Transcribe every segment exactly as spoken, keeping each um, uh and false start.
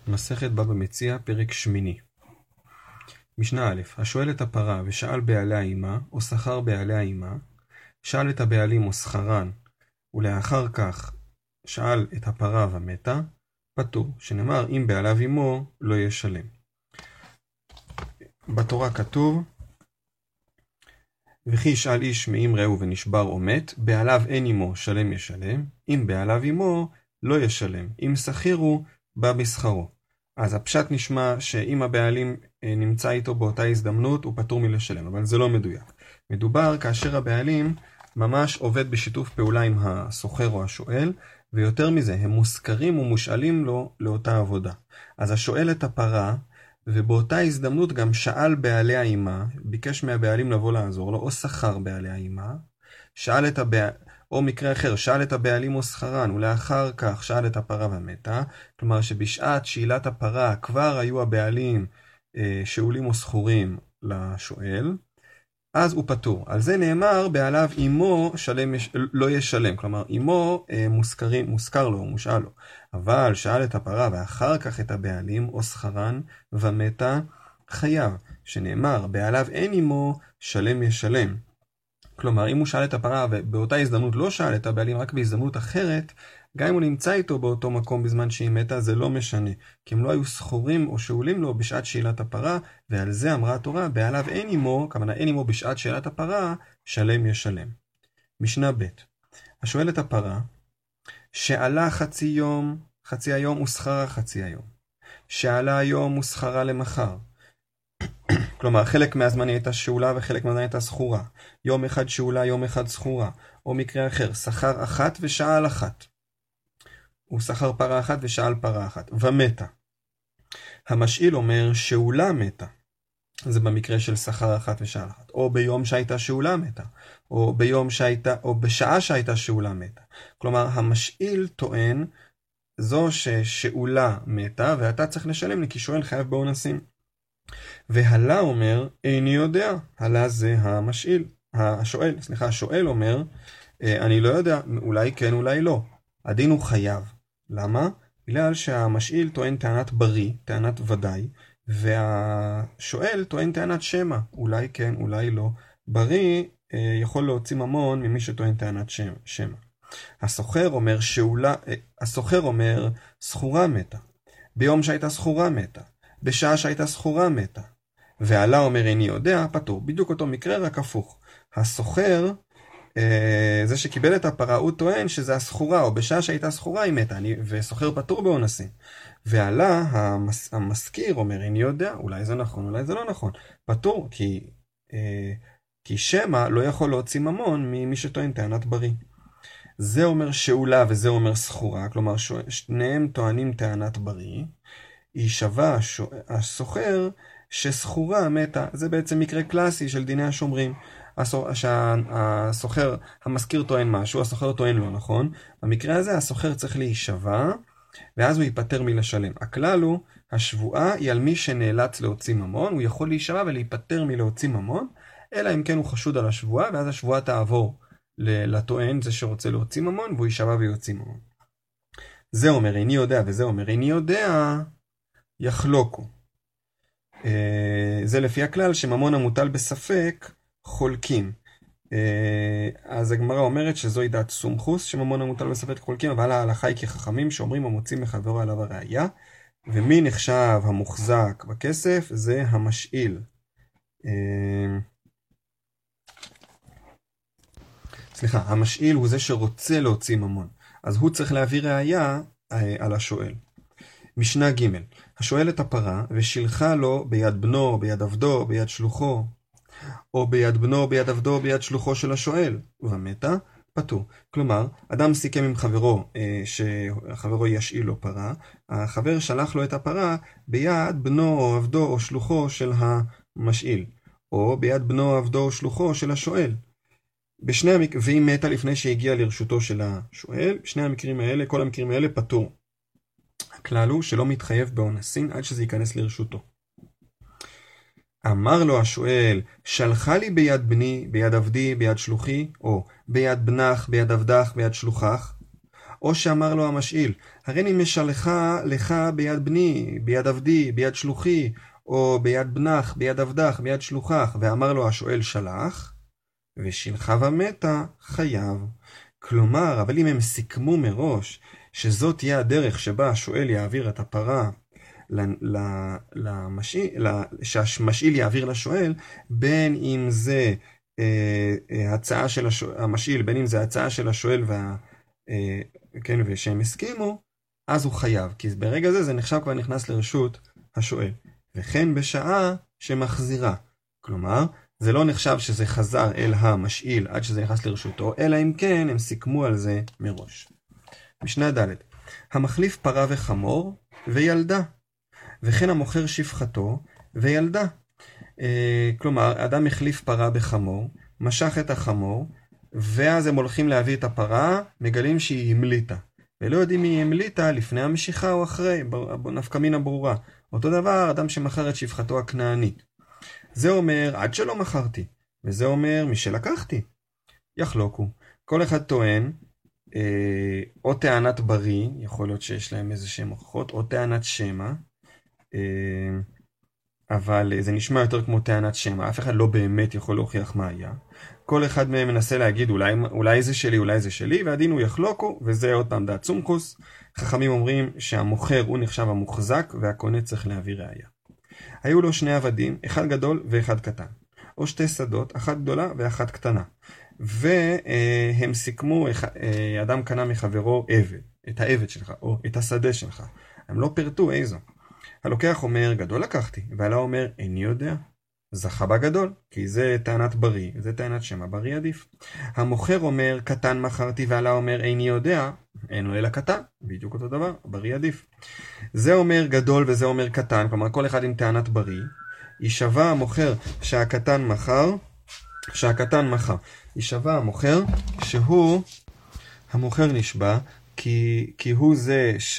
מסכת בבא מציעא, פרק שמיני. משנה א', השואל את הפרה ושאל בעליה עמה, או שכר בעליה עמה, שאל את הבעלים או שכרן, ולאחר כך שאל את הפרה ומתה, פטור, שנאמר אם בעליו עמו לא ישלם. בתורה כתוב, וכי ישאל איש מאם רעהו ונשבר או מת, בעליו אין עמו שלם ישלם, אם בעליו עמו לא ישלם, אם שכיר הוא בא בשכרו. אז הפשט נשמע שאם הבעלים נמצא איתו באותה הזדמנות הוא פטור מלשלם, אבל זה לא מדויק. מדובר כאשר הבעלים ממש עובד בשיתוף פעולה עם הסוחר או השואל, ויותר מזה הם מושכרים ומושאלים לו לאותה עבודה. אז השואל את הפרה, ובאותה הזדמנות גם שאל בעליה עמה, ביקש מהבעלים לבוא לעזור לו, או שכר בעליה עמה, שאל את הבעלים, או מקרה אחר, שאל את הבעלים או שכרן, ולאחר כך שאל את הפרה ומתה, כלומר שבשעת שאלת הפרה כבר היו הבעלים אה, שאולים או שכורים לשואל, אז הוא פטור. על זה נאמר, בעליו עמו שלם, לא ישלם, כלומר עמו אה, מושכרים, מושכר לו, מושאל לו. אבל שאל את הפרה ואחר כך את הבעלים או שכרן ומתה, חייב, שנאמר, בעליו אין עמו שלם ישלם. כלומר, אם הוא שאל את הפרה ובאותה הזדמנות לא שאל את הבעלים, רק בהזדמנות אחרת, גם אם הוא נמצא איתו באותו מקום בזמן שהיא מתה, זה לא משנה. כי הם לא היו שכורים או שאולים לו בשעת שאלת הפרה, ועל זה אמרה התורה, בעליו אין עמו, כמובן אין עמו בשעת שאלת הפרה, שלם ישלם. משנה ב', השואל את הפרה, שעלה חצי יום, חצי היום ושכרה חצי היום. שעלה היום ושכרה למחר. כלומר, חלק מהזמן הייתה שאולה וחלק מהזמן הייתה שכורה. יום אחד שאולה, יום אחד שכורה. או מקרה אחר, שכר אחת ושאל אחת. הוא שכר פרה אחת ושאל פרה אחת. ומתה. המשאיל אומר שאולה מתה. זה במקרה של שכר אחת ושאל אחת. או ביום שהייתה שאולה מתה. או ביום שהייתה, או בשעה שהייתה שאולה מתה. כלומר, המשאיל טוען זו ששאולה מתה, ואתה צריך לשלם לי כי שואל חייב באונסים. והלה אומר, איני יודע. הלה זה המשאיל, השואל, סליחה, השואל אומר, אני לא יודע, אולי כן, אולי לא. הדין הוא חייב. למה? בגלל שהמשאיל טוען טענת בריא, טענת ודאי, והשואל טוען טענת שמה, אולי כן, אולי לא. בריא יכול להוציא ממון ממי שטוען טענת שמה. הסוחר אומר, שאולה, הסוחר אומר, שכורה מתה. ביום שהייתה שכורה מתה. בשעה שהייתה שכורה מתה. ועלה אומר איני יודע, פטור. בדיוק אותו מקרה, רק הפוך. הסוחר, אה, זה שקיבל את הפרה, הוא טוען שזה השכורה, או בשעה שהייתה שכורה היא מתה, אני, וסוחר פטור באונסים. ועלה המס, המשכיר אומר איני יודע, אולי זה נכון, אולי זה לא נכון. פטור, כי, אה, כי שמה לא יכול להוציא ממון ממי שטוען טענת בריא. זה אומר שאולה וזה אומר שכורה, כלומר שניהם טוענים טענת בריא. היא שווה הסוחר שסחורה מתה. זה בעצם מקרה קלאסי של דיני השומרים. הסוחר, המשכיר טוען משהו, הסוחר טוען לא נכון. במקרה הזה הסוחר צריך להישבע, ואז הוא ייפטר מלשלם. הכלל הוא, השבועה היא על מי שנאלץ להוציא ממון, הוא יכול להישבע ולהיפטר מלהוציא ממון, אלא אם כן הוא חשוד על השבועה, ואז השבועה תעבור לטוען, זה שרוצה להוציא ממון, והוא יישבע ויוציא ממון. זה אומר איני יודע, וזה אומר איני יודע, יחלוקו. זה לפי הכלל שממון המוטל בספק חולקים. אז הגמרא אומרת שזוהי דעת סומכוס, שממון המוטל בספק חולקים, אבל ההלכה היא כחכמים שאומרים המוצאים מחברו עליו הראייה, ומי נחשב המוחזק בכסף זה המשאיל. סליחה, המשאיל הוא זה שרוצה להוציא ממון, אז הוא צריך להביא ראייה על השואל. משנה ג', השואל את הפרה ושילחה לו ביד בנו, ביד עבדו, ביד שלוחו, או ביד בנו, ביד עבדו, ביד שלוחו של השואל, ומתה, פטור. כלומר, אדם סיכם עם חברו שחברו ישאיל לו פרה, החבר שלח לו את הפרה ביד בנו או עבדו או שלוחו של המשאיל, או ביד בנו או עבדו או שלוחו של השואל. בשני המק... והיא מתה לפני שהגיעה לרשותו של השואל, בשני המקרים האלה, כל המקרים האלה פטור. הכלל הוא שלא מתחייב באונסין עד שזה ייכנס לרשותו. אמר לו השואל, שלחה לי ביד בני, ביד עבדי, ביד שלוחי, או ביד בנך, ביד עבדך, ביד שלוחך, או שאמר לו המשאיל, הריני משלך לך ביד בני, ביד עבדי, ביד שלוחי, או ביד בנך, ביד עבדך, ביד שלוחך, ואמר לו השואל שלח, ושילחה ומתה חייב. כלומר, אבל אם הם סיכמו מראש שזאת תהיה הדרך שבה השואל יעביר את הפרה, למשאיל, שהמשאיל יעביר לשואל, בין אם זה אה, הצעה של השואל, המשאיל, בין אם זה הצעה של השואל וה, אה, כן, ושהם הסכימו, אז הוא חייב, כי ברגע זה זה נחשב כבר נכנס לרשות השואל. וכן בשעה שמחזירה. כלומר, זה לא נחשב שזה חזר אל המשאיל עד שזה נכנס לרשותו, אלא אם כן הם סיכמו על זה מראש. משנה ד' המחליף פרה וחמור וילדה, וכן המוכר שפחתו וילדה. אה, כלומר, אדם החליף פרה בחמור, משך את החמור, ואז הם הולכים להביא את הפרה, מגלים שהיא המליטה. ולא יודעים מי המליטה לפני המשיכה או אחרי, נפקא מינה ברורה. אותו דבר, אדם שמכר את שפחתו הכנענית. זה אומר, עד שלא מכרתי, וזה אומר, משלקחתי. יחלוקו. כל אחד טוען, אה, או טענת בריא, יכול להיות שיש להם איזה שהם הוכחות, או טענת שמע, אה, אבל זה נשמע יותר כמו טענת שמע, אף אחד לא באמת יכול להוכיח מה היה. כל אחד מהם מנסה להגיד, אולי, אולי זה שלי, אולי זה שלי, והדין הוא יחלוקו, וזה עוד פעם דעת סומכוס. חכמים אומרים שהמוכר הוא נחשב המוחזק, והקונה צריך להביא ראיה. היו לו שני עבדים, אחד גדול ואחד קטן. או שתי שדות, אחת גדולה ואחת קטנה. והם סיכמו, אדם קנה מחברו עבד, את העבד שלך, או את השדה שלך. הם לא פרטו איזו. הלוקח אומר, גדול לקחתי, ועלה אומר, איני יודע. זכה בגדול, כי זה טענת בריא, זה טענת שמע בריא עדיף. המוכר אומר, קטן מכרתי, ועלה אומר, איני יודע, אין לו אלא קטן, בדיוק אותו דבר, בריא עדיף. זה אומר גדול וזה אומר קטן, כלומר כל אחד עם טענת בריא, יישבע המוכר שהקטן מכר, שהקטן מכר. יישבע המוכר שהוא, המוכר נשבע, כי, כי הוא זה ש...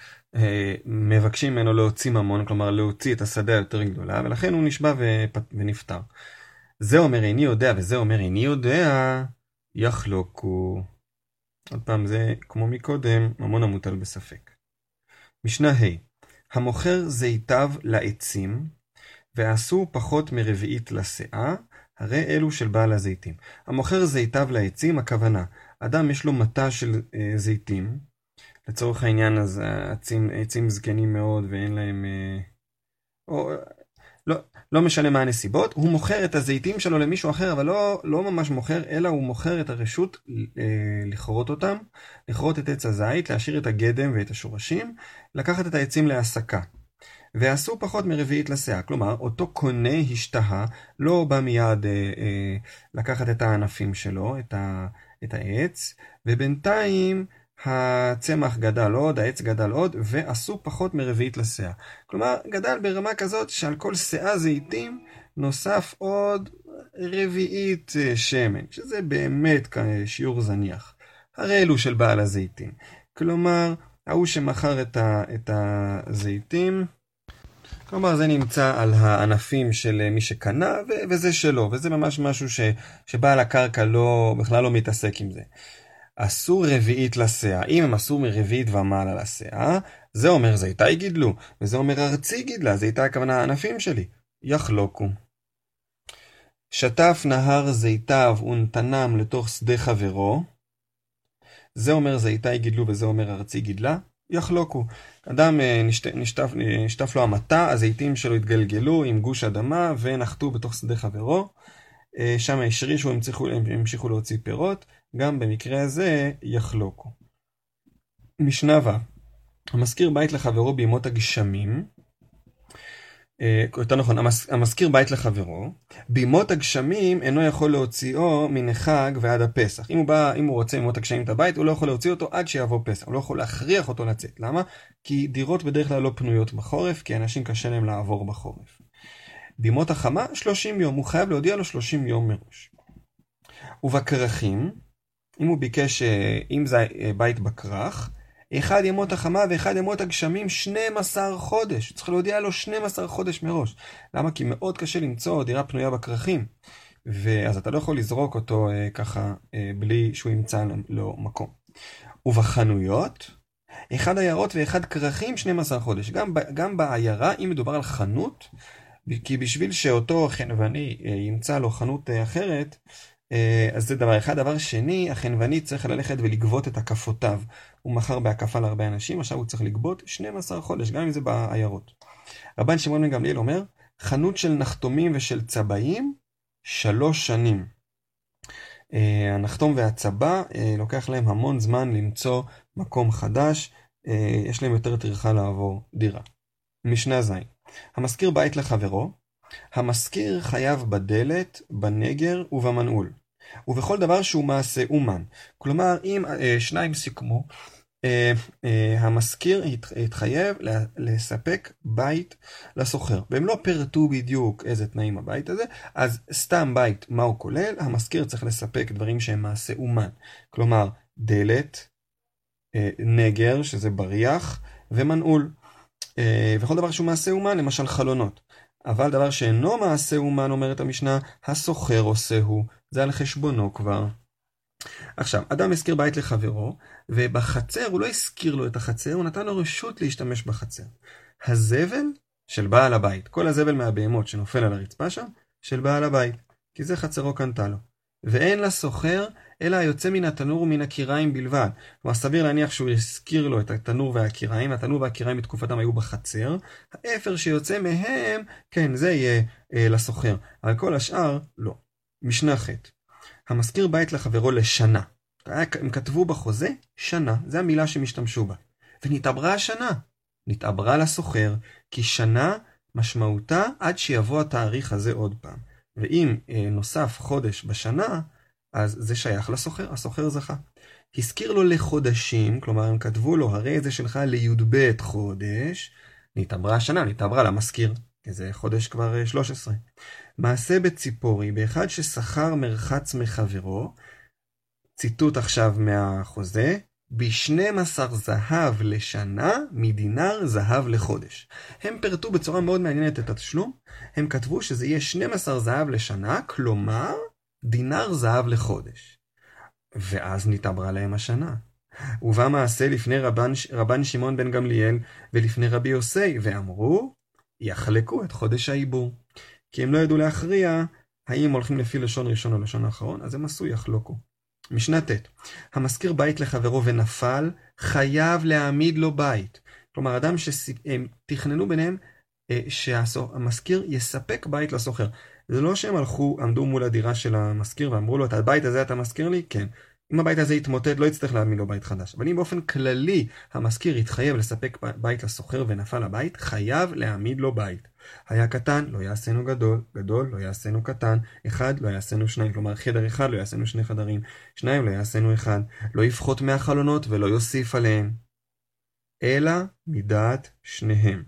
מבקשים ממנו להוציא ממון, כלומר להוציא את השדה היותר גדולה, ולכן הוא נשבע ונפטר. זה אומר איני יודע וזה אומר איני יודע, יחלוקו. עוד פעם, זה כמו מקודם, ממון המוטל בספק. משנה ה' המוכר זיתיו לעצים, ועשו פחות מרביעית לשאה, הרי אלו של בעל הזיתים. המוכר זיתיו לעצים, הכוונה, אדם יש לו מטה של אה, זיתים, לצורך העניין, אז עצים, עצים זקנים מאוד ואין להם, או, לא, לא משנה מה הנסיבות, הוא מוכר את הזיתים שלו למישהו אחר, אבל לא, לא ממש מוכר, אלא הוא מוכר את הרשות לכרות אותם, לכרות את עץ הזית, להשאיר את הגדם ואת השורשים, לקחת את העצים להעסקה. ועשו פחות מרביעית לשאה, כלומר, אותו קונה השתהה, לא בא מיד אה, אה, לקחת את הענפים שלו, את, ה, את העץ, ובינתיים, הצמח גדל עוד, העץ גדל עוד, ועשו פחות מרביעית לשאה. כלומר, גדל ברמה כזאת שעל כל שאה זיתים נוסף עוד רביעית שמן, שזה באמת שיעור זניח. הרי אלו של בעל הזיתים. כלומר, ההוא שמכר את, ה, את הזיתים, כלומר, זה נמצא על הענפים של מי שקנה, ו- וזה שלו, וזה ממש משהו ש, שבעל הקרקע לא, בכלל לא מתעסק עם זה. עשו רביעית לשאה. אם הם עשו מרביעית ומעלה לשאה, זה אומר זיתי גידלו, וזה אומר ארצי גידלה, זה הייתה הכוונה הענפים שלי. יחלוקו. שטף נהר זיתיו ונתנם לתוך שדה חברו, זה אומר זיתי גידלו וזה אומר ארצי גידלה. יחלוקו. אדם נשטף, נשטף, נשטף לו המטה, הזיתים שלו התגלגלו עם גוש אדמה ונחתו בתוך שדה חברו. שם השרישו, הם המשיכו להוציא פירות, גם במקרה הזה יחלוקו. משנה ו' המזכיר בית לחברו בימות הגשמים, יותר נכון, המזכיר בית לחברו, בימות הגשמים אינו יכול להוציאו מן החג ועד הפסח. אם הוא בא, אם הוא רוצה בימות הגשמים את הבית, הוא לא יכול להוציא אותו עד שיבוא פסח, הוא לא יכול להכריח אותו לצאת. למה? כי דירות בדרך כלל לא פנויות בחורף, כי אנשים קשה להם לעבור בחורף. בימות החמה, שלושים יום, הוא חייב להודיע לו שלושים יום מראש. ובקרחים, אם הוא ביקש, אם זה בית בקרח, אחד ימות החמה ואחד ימות הגשמים, שנים עשר חודש. צריך להודיע לו שנים עשר חודש מראש. למה? כי מאוד קשה למצוא דירה פנויה בקרחים. ואז אתה לא יכול לזרוק אותו אה, ככה, אה, בלי שהוא ימצא לו מקום. ובחנויות, אחד עיירות ואחד כרכים שנים עשר חודש. גם, גם בעיירה, אם מדובר על חנות, כי בשביל שאותו חנווני ימצא לו חנות אחרת, אז זה דבר אחד. דבר שני, החנווני צריך ללכת ולגבות את הקפותיו. הוא מכר בהקפה להרבה אנשים, עכשיו הוא צריך לגבות שנים עשר חודש, גם אם זה בעיירות. רבן שמעון בן גמליאל אומר, חנות של נחתומים ושל צבעים, שלוש שנים. הנחתום והצבא, לוקח להם המון זמן למצוא מקום חדש, יש להם יותר טרחה לעבור דירה. משנה זין. המשכיר בית לחברו, המשכיר חייב בדלת, בנגר ובמנעול, ובכל דבר שהוא מעשה אומן. כלומר, אם שניים סיכמו, המשכיר התחייב לספק בית לסוחר, והם לא פרטו בדיוק איזה תנאים הבית הזה, אז סתם בית, מה הוא כולל? המשכיר צריך לספק דברים שהם מעשה אומן, כלומר, דלת, נגר, שזה בריח, ומנעול. וכל דבר שהוא מעשה אומן, למשל חלונות. אבל דבר שאינו מעשה אומן, אומרת המשנה, הסוחר עושהו, זה על חשבונו כבר. עכשיו, אדם הזכיר בית לחברו, ובחצר הוא לא הזכיר לו את החצר, הוא נתן לו רשות להשתמש בחצר. הזבל של בעל הבית, כל הזבל מהבהמות שנופל על הרצפה שם, של בעל הבית, כי זה חצרו קנתה לו. ואין לסוחר, אלא היוצא מן התנור ומן הקיריים בלבד. כלומר, סביר להניח שהוא יזכיר לו את התנור והקיריים, התנור והקיריים בתקופתם היו בחצר, האפר שיוצא מהם, כן, זה יהיה אה, לסוחר, אבל כל השאר, לא. משנה ח' המשכיר בית לחברו לשנה. הם כתבו בחוזה שנה, זו המילה שמשתמשו בה. ונתעברה השנה, נתעברה לסוחר, כי שנה משמעותה עד שיבוא התאריך הזה עוד פעם. ואם אה, נוסף חודש בשנה, אז זה שייך לסוחר, הסוחר זכה. הזכיר לו לחודשים, כלומר הם כתבו לו, הרי זה שלך לי"ב חודש, נתעברה השנה, נתעברה למזכיר, כי זה חודש כבר שלוש עשרה. מעשה בציפורי, באחד ששכר מרחץ מחברו, ציטוט עכשיו מהחוזה, ב-שנים עשר זהב לשנה, מדינר זהב לחודש. הם פרטו בצורה מאוד מעניינת את התשלום, הם כתבו שזה יהיה שנים עשר זהב לשנה, כלומר, דינר זהב לחודש. ואז נתעברה להם השנה. ובא מעשה לפני רבן, רבן שמעון בן גמליאל ולפני רבי יוסי, ואמרו, יחלקו את חודש העיבור. כי הם לא ידעו להכריע האם הולכים לפי לשון ראשון או לשון האחרון, אז הם עשו יחלוקו. משנה ט' המשכיר בית לחברו ונפל, חייב להעמיד לו בית. כלומר, אדם שהם תכננו ביניהם שהמשכיר יספק בית לסוחר. זה לא שהם הלכו, עמדו מול הדירה של המשכיר ואמרו לו, את הבית הזה אתה משכיר לי? כן. אם הבית הזה יתמוטט, לא יצטרך להעמיד לו בית חדש. אבל אם באופן כללי המשכיר יתחייב לספק בית לסוחר ונפל הבית, חייב להעמיד לו בית. היה קטן, לא יעשינו גדול, גדול, לא יעשינו קטן, אחד, לא יעשינו שניים, כלומר חדר אחד, לא יעשינו שני חדרים, שניים, לא יעשינו אחד, לא יפחות מהחלונות ולא יוסיף עליהם, אלא מדעת שניהם.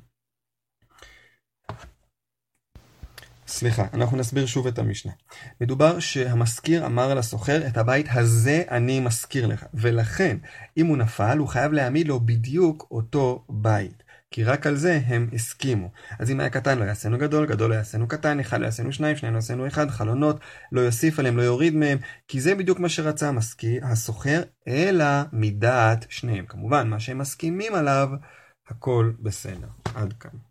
סליחה, אנחנו נסביר שוב את המשנה. מדובר שהמשכיר אמר לסוחר, את הבית הזה אני משכיר לך, ולכן, אם הוא נפל, הוא חייב להעמיד לו בדיוק אותו בית. כי רק על זה הם הסכימו. אז אם היה קטן, לא יעשינו גדול, גדול לא יעשינו קטן, אחד לא יעשינו שניים, שניים לא יעשינו אחד, חלונות, לא יוסיף עליהם, לא יוריד מהם, כי זה בדיוק מה שרצה המשכיר, הסוחר, אלא מדעת שניהם. כמובן, מה שהם מסכימים עליו, הכל בסדר. עד כאן.